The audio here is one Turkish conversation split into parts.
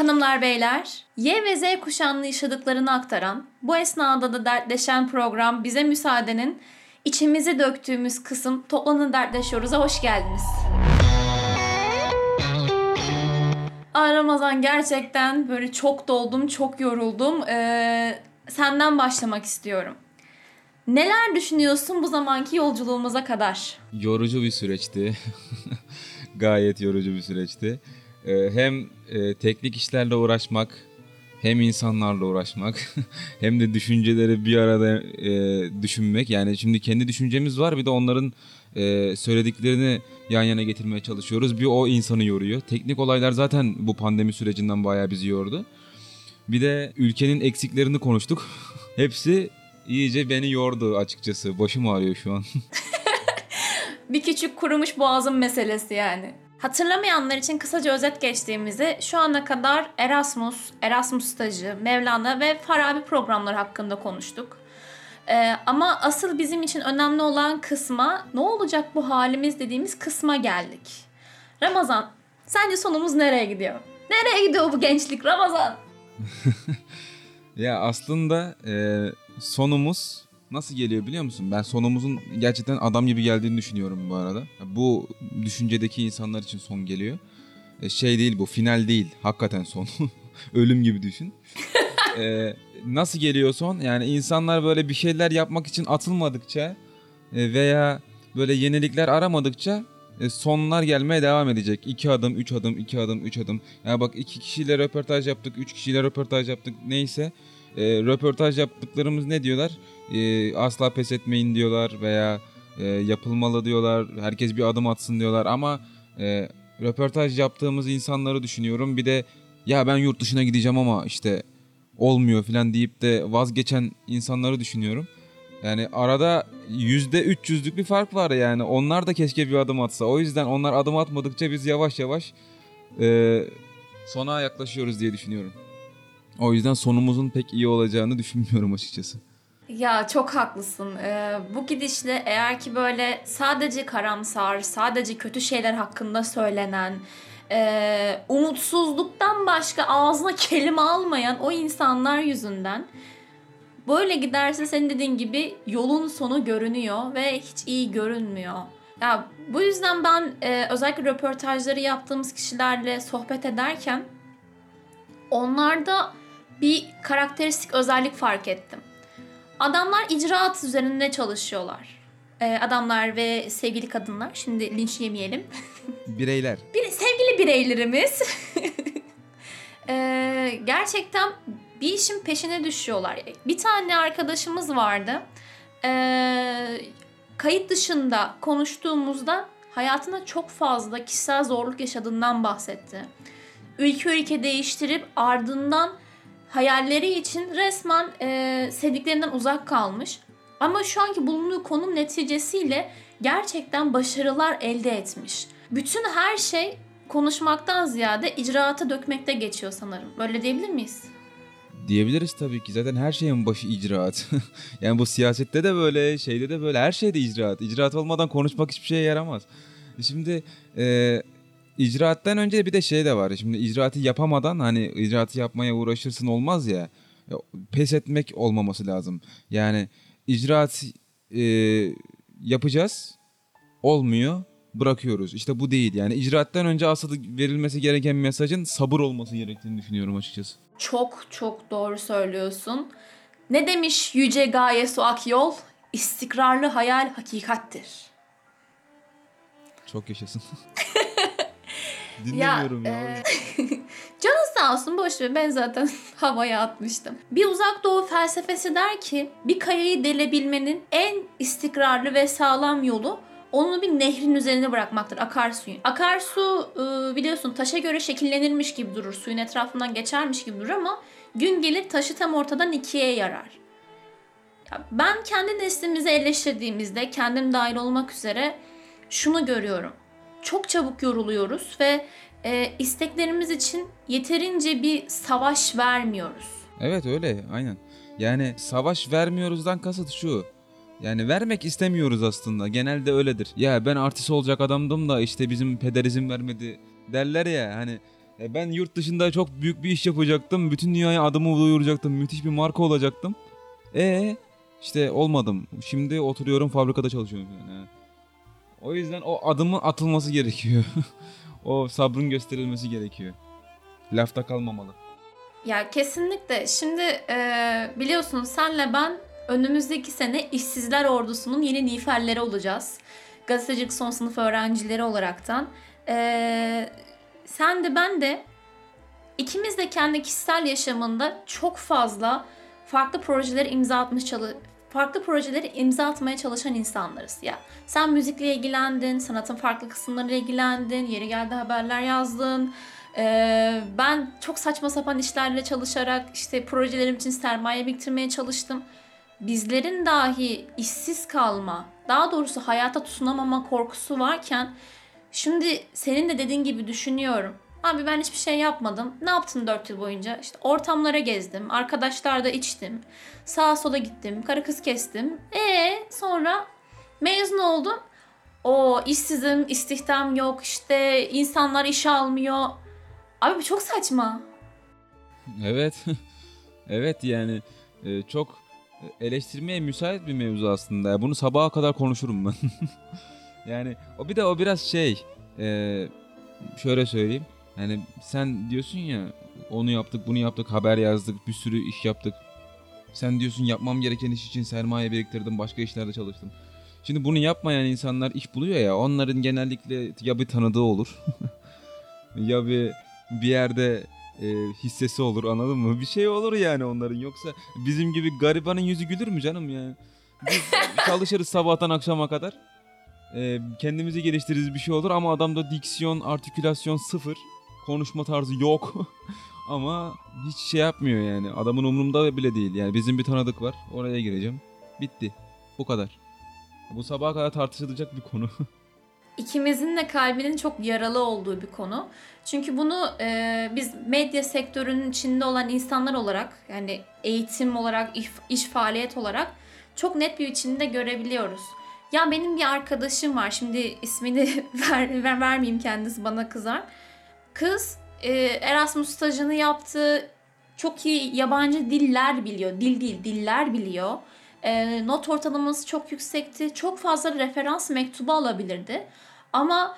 Hanımlar beyler, Y ve Z kuşağının yaşadıklarını aktaran, bu esnada da dertleşen program Bize Müsaade'nin içimizi döktüğümüz kısım Toplanın Dertleşiyoruz'a hoş geldiniz. Ramazan, gerçekten böyle çok doldum, çok yoruldum. Senden başlamak istiyorum. Neler düşünüyorsun bu zamanki yolculuğumuza kadar? Yorucu bir süreçti. Gayet yorucu bir süreçti. Hem teknik işlerle uğraşmak, hem insanlarla uğraşmak, hem de düşünceleri bir arada düşünmek. Yani şimdi kendi düşüncemiz var, bir de onların söylediklerini yan yana getirmeye çalışıyoruz. Bir o insanı yoruyor. Teknik olaylar zaten bu pandemi sürecinden bayağı bizi yordu. Bir de ülkenin eksiklerini konuştuk. Hepsi iyice beni yordu açıkçası. Başım ağrıyor şu an. Bir küçük kurumuş boğazım meselesi yani. Hatırlamayanlar için kısaca özet geçtiğimizi, şu ana kadar Erasmus stajı, Mevlana ve Farabi programları hakkında konuştuk. Ama asıl bizim için önemli olan kısma, ne olacak bu halimiz dediğimiz kısma geldik. Ramazan, sence sonumuz nereye gidiyor? Nereye gidiyor bu gençlik Ramazan? Ya aslında sonumuz nasıl geliyor biliyor musun? Ben sonumuzun gerçekten adam gibi geldiğini düşünüyorum bu arada. Bu düşüncedeki insanlar için son geliyor. Şey değil, bu final değil. Hakikaten son. Ölüm gibi düşün. Nasıl geliyor son? Yani insanlar böyle bir şeyler yapmak için atılmadıkça veya böyle yenilikler aramadıkça sonlar gelmeye devam edecek. 2 adım, 3 adım, 2 adım, 3 adım. Ya bak, 2 kişiyle röportaj yaptık, 3 kişiyle röportaj yaptık. Neyse. Röportaj yaptıklarımız ne diyorlar? Asla pes etmeyin diyorlar veya yapılmalı diyorlar. Herkes bir adım atsın diyorlar ama röportaj yaptığımız insanları düşünüyorum. Bir de ya ben yurt dışına gideceğim ama işte olmuyor falan deyip de vazgeçen insanları düşünüyorum. Yani arada %300'lük bir fark var yani. Onlar da keşke bir adım atsa. O yüzden onlar adım atmadıkça biz yavaş yavaş sona yaklaşıyoruz diye düşünüyorum. O yüzden sonumuzun pek iyi olacağını düşünmüyorum açıkçası. Ya çok haklısın. Bu gidişle eğer ki böyle sadece karamsar, sadece kötü şeyler hakkında söylenen, umutsuzluktan başka ağzına kelime almayan o insanlar yüzünden böyle giderse senin dediğin gibi yolun sonu görünüyor ve hiç iyi görünmüyor. Ya bu yüzden ben özellikle röportajları yaptığımız kişilerle sohbet ederken onlarda bir karakteristik özellik fark ettim. Adamlar icraat üzerinde çalışıyorlar. Adamlar ve sevgili kadınlar. Şimdi linç yemeyelim. Bireyler. Sevgili bireylerimiz. Gerçekten bir işin peşine düşüyorlar. Bir tane arkadaşımız vardı. Kayıt dışında konuştuğumuzda hayatında çok fazla kişisel zorluk yaşadığından bahsetti. Ülke değiştirip ardından hayalleri için resmen sevdiklerinden uzak kalmış. Ama şu anki bulunduğu konum neticesiyle gerçekten başarılar elde etmiş. Bütün her şey konuşmaktan ziyade icraata dökmekte geçiyor sanırım. Böyle diyebilir miyiz? Diyebiliriz tabii ki. Zaten her şeyin başı icraat. Yani bu siyasette de böyle, şeyde de böyle, her şeyde icraat. İcraat olmadan konuşmak hiçbir şeye yaramaz. Şimdi icraattan önce bir de şey de var. Şimdi icraatı yapamadan, hani icraatı yapmaya uğraşırsın olmaz ya. Pes etmek olmaması lazım. Yani icraat yapacağız. Olmuyor. Bırakıyoruz. İşte bu değil. Yani icraattan önce asıl verilmesi gereken mesajın sabır olması gerektiğini düşünüyorum açıkçası. Çok çok doğru söylüyorsun. Ne demiş Yüce Gaye Su Akyol? İstikrarlı hayal hakikattir. Çok yaşasın. Dinlemiyorum ya. Canın sağ olsun, boş ver, ben zaten havaya atmıştım. Bir uzak doğu felsefesi der ki bir kayayı delebilmenin en istikrarlı ve sağlam yolu onu bir nehrin üzerine bırakmaktır, akarsuyun. Akarsu biliyorsun taşa göre şekillenirmiş gibi durur, suyun etrafından geçermiş gibi durur ama gün gelir taşı tam ortadan ikiye yarar. Ya ben kendi neslimizi eleştirdiğimizde, kendim dahil olmak üzere şunu görüyorum. Çok çabuk yoruluyoruz ve isteklerimiz için yeterince bir savaş vermiyoruz. Evet, öyle, aynen. Yani savaş vermiyoruzdan kasıt şu. Yani vermek istemiyoruz aslında. Genelde öyledir. Ya ben artist olacak adamdım da işte bizim peder izin vermedi derler ya. Hani Ben yurt dışında çok büyük bir iş yapacaktım. Bütün dünyaya adımı duyuracaktım. Müthiş bir marka olacaktım. İşte olmadım. Şimdi oturuyorum fabrikada çalışıyorum yani. O yüzden o adımın atılması gerekiyor. O sabrın gösterilmesi gerekiyor. Lafta kalmamalı. Ya kesinlikle. Şimdi biliyorsun senle ben önümüzdeki sene işsizler ordusunun yeni niferleri olacağız. Gazetecilik son sınıf öğrencileri olaraktan. Sen de ben de ikimiz de kendi kişisel yaşamında çok fazla farklı projeleri farklı projeleri imza atmaya çalışan insanlarız. Ya sen müzikle ilgilendin, sanatın farklı kısımlarıyla ilgilendin, yeri geldi haberler yazdın. Ben çok saçma sapan işlerle çalışarak işte projelerim için sermaye biriktirmeye çalıştım. Bizlerin dahi işsiz kalma, daha doğrusu hayata tutunamama korkusu varken şimdi senin de dediğin gibi düşünüyorum. Abi ben hiçbir şey yapmadım. Ne yaptın 4 yıl boyunca? İşte ortamlara gezdim, arkadaşlarda içtim, sağa sola gittim, karı kız kestim. Sonra mezun oldum. O işsizim, istihdam yok, işte insanlar iş almıyor. Abi bu çok saçma. Evet. Evet yani çok eleştirmeye müsait bir mevzu aslında. Bunu sabaha kadar konuşurum ben. Yani o biraz şöyle söyleyeyim. Yani sen diyorsun ya onu yaptık, bunu yaptık, haber yazdık, bir sürü iş yaptık. Sen diyorsun yapmam gereken iş için sermaye biriktirdim, başka işlerde çalıştım. Şimdi bunu yapmayan insanlar iş buluyor ya, onların genellikle ya bir tanıdığı olur ya bir yerde hissesi olur, anladın mı? Bir şey olur yani onların, yoksa bizim gibi garibanın yüzü gülür mü canım yani? Biz çalışırız sabahtan akşama kadar. Kendimizi geliştiririz, bir şey olur ama adamda diksiyon, artikülasyon sıfır. Konuşma tarzı yok. Ama hiç şey yapmıyor yani. Adamın umurumda bile değil. Yani bizim bir tanıdık var. Oraya gireceğim. Bitti. Bu kadar. Bu sabaha kadar tartışılacak bir konu. İkimizin de kalbinin çok yaralı olduğu bir konu. Çünkü bunu biz medya sektörünün içinde olan insanlar olarak, yani eğitim olarak, iş faaliyet olarak çok net bir biçimde görebiliyoruz. Ya benim bir arkadaşım var. Şimdi ismini vermeyeyim, kendisi bana kızar. Kız Erasmus stajını yaptı. Çok iyi yabancı diller biliyor. Diller biliyor. Not ortalaması çok yüksekti. Çok fazla referans mektubu alabilirdi. Ama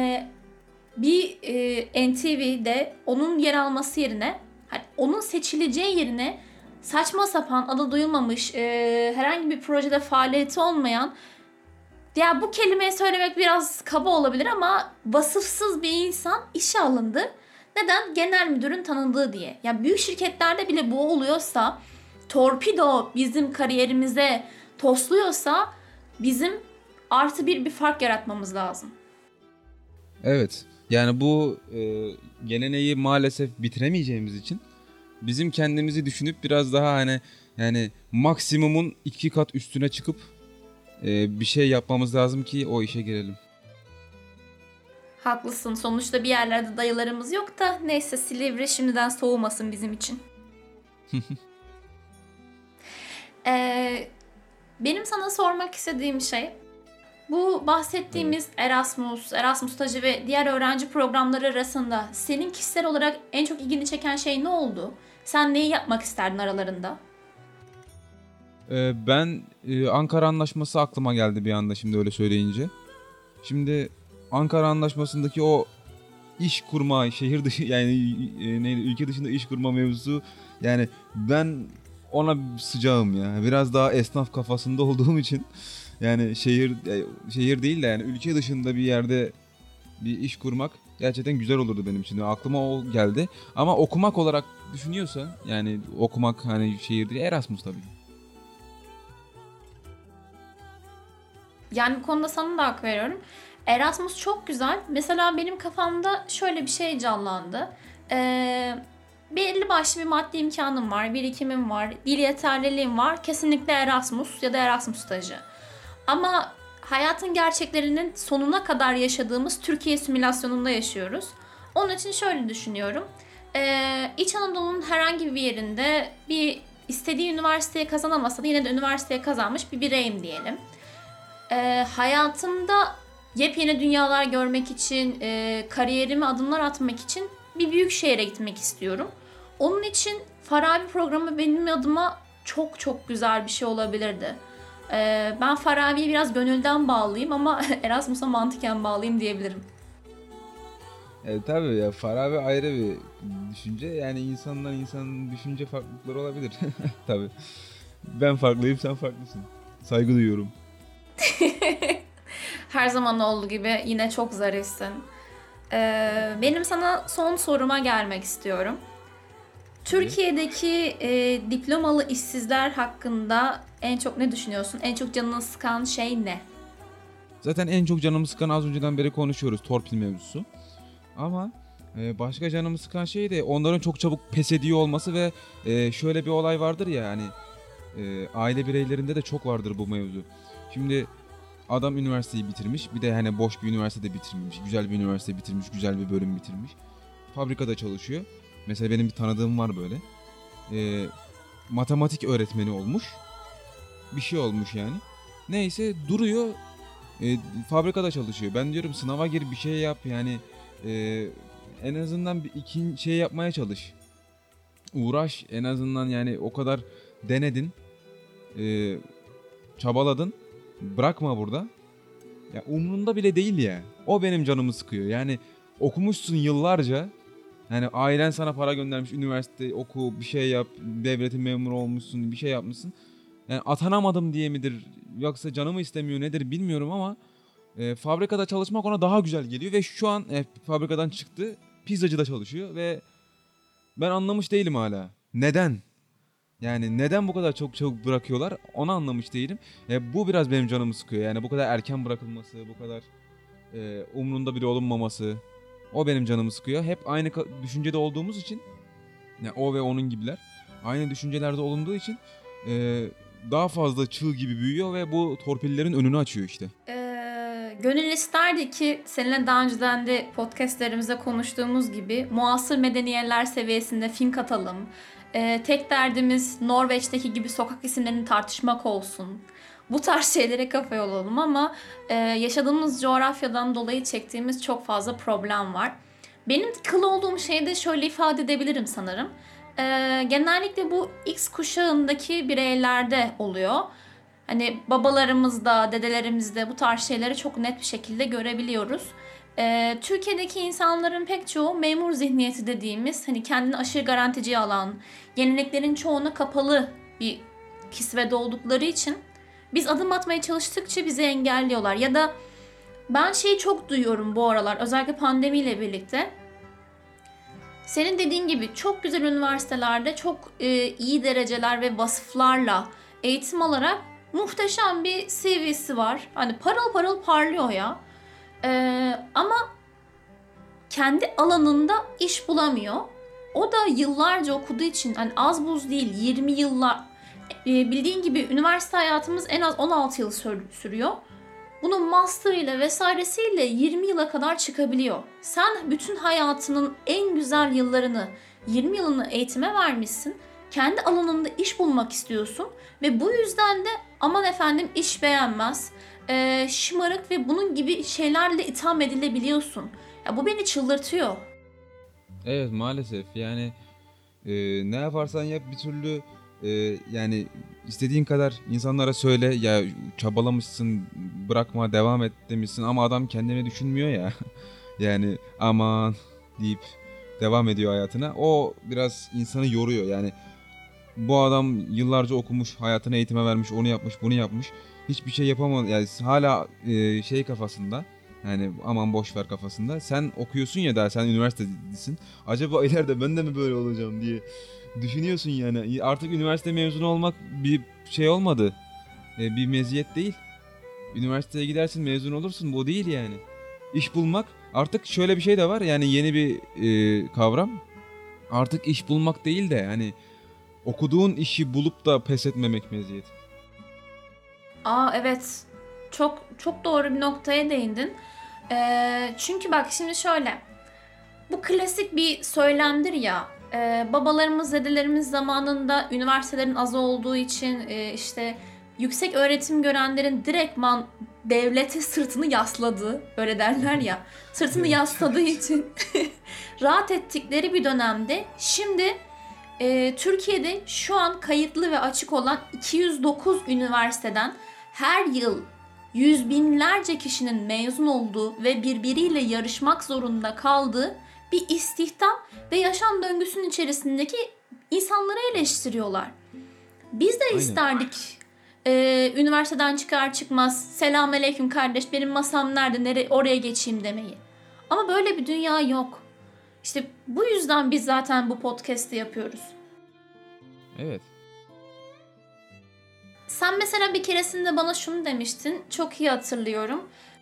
bir NTV'de onun yer alması yerine, hani onun seçileceği yerine saçma sapan, adı duyulmamış, herhangi bir projede faaliyeti olmayan, ya bu kelimeyi söylemek biraz kaba olabilir ama vasıfsız bir insan işe alındı. Neden? Genel müdürün tanındığı diye. Ya büyük şirketlerde bile bu oluyorsa, torpido bizim kariyerimize tosluyorsa bizim artı bir fark yaratmamız lazım. Evet. Yani bu geleneği maalesef bitiremeyeceğimiz için bizim kendimizi düşünüp biraz daha hani yani maksimumun 2 kat üstüne çıkıp bir şey yapmamız lazım ki o işe girelim. Haklısın. Sonuçta bir yerlerde dayılarımız yok da neyse, Silivri şimdiden soğumasın bizim için. Benim sana sormak istediğim şey, bu bahsettiğimiz Erasmus stajı ve diğer öğrenci programları arasında senin kişisel olarak en çok ilgini çeken şey ne oldu? Sen neyi yapmak isterdin aralarında? Ben Ankara Anlaşması aklıma geldi bir anda şimdi öyle söyleyince. Şimdi Ankara Anlaşması'ndaki o iş kurma, şehir dışı yani ülke dışında iş kurma mevzusu, yani ben ona sıcağım ya. Biraz daha esnaf kafasında olduğum için yani şehir değil de yani ülke dışında bir yerde bir iş kurmak gerçekten güzel olurdu benim için. Aklıma o geldi. Ama okumak olarak düşünüyorsan, yani okumak hani şehir değil, Erasmus tabii. Yani bu konuda sana da hak veriyorum. Erasmus çok güzel. Mesela benim kafamda şöyle bir şey canlandı. Belli başlı bir maddi imkanım var, birikimim var, dil yeterliliğim var. Kesinlikle Erasmus ya da Erasmus stajı. Ama hayatın gerçeklerinin sonuna kadar yaşadığımız Türkiye simülasyonunda yaşıyoruz. Onun için şöyle düşünüyorum. İç Anadolu'nun herhangi bir yerinde bir istediği üniversiteye kazanamasa da yine de üniversiteye kazanmış bir bireyim diyelim. Hayatımda yepyeni dünyalar görmek için, kariyerime adımlar atmak için bir büyük şehre gitmek istiyorum. Onun için Farabi programı benim adıma çok çok güzel bir şey olabilirdi. Ben Farabi'ye biraz gönülden bağlıyım ama Erasmus'a mantıken bağlıyım diyebilirim. Tabii ya, Farabi ayrı bir düşünce. Yani insanın düşünce farklılıkları olabilir. Tabii. Ben farklıyım, sen farklısın. Saygı duyuyorum. Her zaman olduğu gibi yine çok zarifsin. Benim sana son soruma gelmek istiyorum. Türkiye'deki diplomalı işsizler hakkında en çok ne düşünüyorsun? En çok canını sıkan şey ne? Zaten en çok canımı sıkan, az önceden beri konuşuyoruz, torpil mevzusu. Ama başka canımı sıkan şey de onların çok çabuk pes ediyor olması ve şöyle bir olay vardır ya, hani aile bireylerinde de çok vardır bu mevzu. Şimdi adam üniversiteyi bitirmiş, bir de hani boş bir üniversitede bitirmemiş, güzel bir üniversite bitirmiş, güzel bir bölüm bitirmiş. Fabrikada çalışıyor. Mesela benim bir tanıdığım var böyle. Matematik öğretmeni olmuş. Bir şey olmuş yani. Neyse duruyor. Fabrikada çalışıyor. Ben diyorum sınava gir, bir şey yap yani. En azından bir iki şey yapmaya çalış. Uğraş en azından, yani o kadar denedin. Çabaladın. Bırakma burada. Ya umrunda bile değil ya. O benim canımı sıkıyor. Yani okumuşsun yıllarca. Yani ailen sana para göndermiş, üniversite oku, bir şey yap, devletin memuru olmuşsun, bir şey yapmışsın. Yani atanamadım diye midir, yoksa canımı istemiyor nedir bilmiyorum ama fabrikada çalışmak ona daha güzel geliyor ve şu an fabrikadan çıktı, pizzacıda çalışıyor ve ben anlamış değilim hala. Neden? Yani neden bu kadar çok çabuk bırakıyorlar, onu anlamış değilim. Bu biraz benim canımı sıkıyor. Yani bu kadar erken bırakılması, bu kadar umrunda bile olunmaması, o benim canımı sıkıyor. Hep aynı düşüncede olduğumuz için, yani o ve onun gibiler aynı düşüncelerde olunduğu için daha fazla çığ gibi büyüyor ve bu torpillerin önünü açıyor işte. Gönül isterdi ki seninle daha önceden de podcastlerimizde konuştuğumuz gibi muasır medeniyetler seviyesinde fink atalım. Tek derdimiz Norveç'teki gibi sokak isimlerini tartışmak olsun. Bu tarz şeylere kafa yolalım ama yaşadığımız coğrafyadan dolayı çektiğimiz çok fazla problem var. Benim kıl olduğum şeyi de şöyle ifade edebilirim sanırım. Genellikle bu X kuşağındaki bireylerde oluyor. Hani babalarımızda, dedelerimizde bu tarz şeyleri çok net bir şekilde görebiliyoruz. Türkiye'deki insanların pek çoğu memur zihniyeti dediğimiz, hani kendini aşırı garantici alan, yeniliklerin çoğuna kapalı bir kisvede oldukları için biz adım atmaya çalıştıkça bizi engelliyorlar. Ya da ben şeyi çok duyuyorum bu aralar, özellikle pandemiyle birlikte. Senin dediğin gibi çok güzel üniversitelerde çok iyi dereceler ve vasıflarla eğitim alarak muhteşem bir CV'si var. Hani parıl parıl parlıyor ya. Ama kendi alanında iş bulamıyor. O da yıllarca okuduğu için, hani az buz değil, 20 yıllar. Bildiğin gibi üniversite hayatımız en az 16 yıl sürüyor. Bunun master'ıyla vesairesiyle 20 yıla kadar çıkabiliyor. Sen bütün hayatının en güzel yıllarını, 20 yılını eğitime vermişsin. Kendi alanında iş bulmak istiyorsun ve bu yüzden de aman efendim iş beğenmez, şımarık ve bunun gibi şeylerle itham edilebiliyorsun. Ya bu beni çıldırtıyor. Evet, maalesef yani ne yaparsan yap bir türlü yani istediğin kadar insanlara söyle ya, çabalamışsın, bırakma, devam et demişsin ama adam kendini düşünmüyor ya. Yani aman deyip devam ediyor hayatına. O biraz insanı yoruyor yani. Bu adam yıllarca okumuş, hayatını eğitime vermiş, onu yapmış, bunu yapmış. Hiçbir şey yapamadı. Yani hala şey kafasında. Yani aman boş ver kafasında. Sen okuyorsun ya, daha sen üniversitedesin. Acaba ileride ben de mi böyle olacağım diye düşünüyorsun yani. Artık üniversite mezunu olmak bir şey olmadı. Bir meziyet değil. Üniversiteye gidersin, mezun olursun. Bu değil yani. İş bulmak, artık şöyle bir şey de var. Yani yeni bir kavram. Artık iş bulmak değil de yani okuduğun işi bulup da pes etmemek meziyet. Evet. Çok çok doğru bir noktaya değindin. Çünkü bak şimdi şöyle. Bu klasik bir söylemdir ya. Babalarımız, dedelerimiz zamanında üniversitelerin az olduğu için işte yüksek öğretim görenlerin direktman devlete sırtını yasladı. Öyle derler ya. Sırtını yasladığı için rahat ettikleri bir dönemde şimdi Türkiye'de şu an kayıtlı ve açık olan 209 üniversiteden her yıl yüz binlerce kişinin mezun olduğu ve birbiriyle yarışmak zorunda kaldığı bir istihdam ve yaşam döngüsünün içerisindeki insanları eleştiriyorlar. Biz de Aynen. isterdik üniversiteden çıkar çıkmaz selamünaleyküm kardeş benim masam nerede oraya geçeyim demeyi. Ama böyle bir dünya yok. İşte bu yüzden biz zaten bu podcast'i yapıyoruz. Evet. Sen mesela bir keresinde bana şunu demiştin. Çok iyi hatırlıyorum.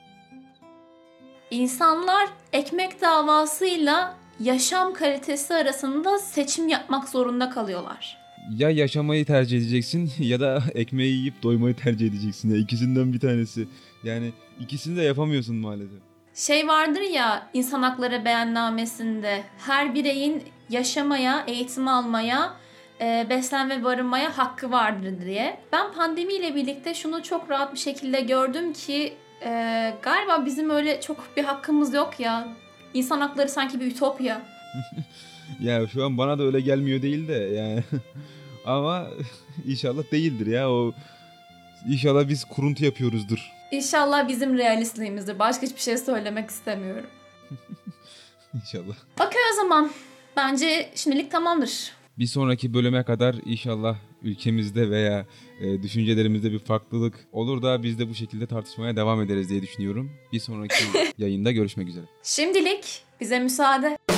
İnsanlar ekmek davasıyla yaşam kalitesi arasında seçim yapmak zorunda kalıyorlar. Ya yaşamayı tercih edeceksin ya da ekmeği yiyip doymayı tercih edeceksin. Ya ikisinden bir tanesi. Yani ikisini de yapamıyorsun maalesef. Şey vardır ya insan hakları beyannamesinde her bireyin yaşamaya, eğitim almaya, beslenme ve barınmaya hakkı vardır diye. Ben pandemiyle birlikte şunu çok rahat bir şekilde gördüm ki galiba bizim öyle çok bir hakkımız yok ya. İnsan hakları sanki bir ütopya. Ya şu an bana da öyle gelmiyor değil de yani. Ama inşallah değildir ya. O İnşallah biz kuruntu yapıyoruzdur. İnşallah bizim realistliğimizdir. Başka hiçbir şey söylemek istemiyorum. İnşallah. Okey o zaman. Bence şimdilik tamamdır. Bir sonraki bölüme kadar inşallah ülkemizde veya düşüncelerimizde bir farklılık olur da biz de bu şekilde tartışmaya devam ederiz diye düşünüyorum. Bir sonraki yayında görüşmek üzere. Şimdilik bize müsaade.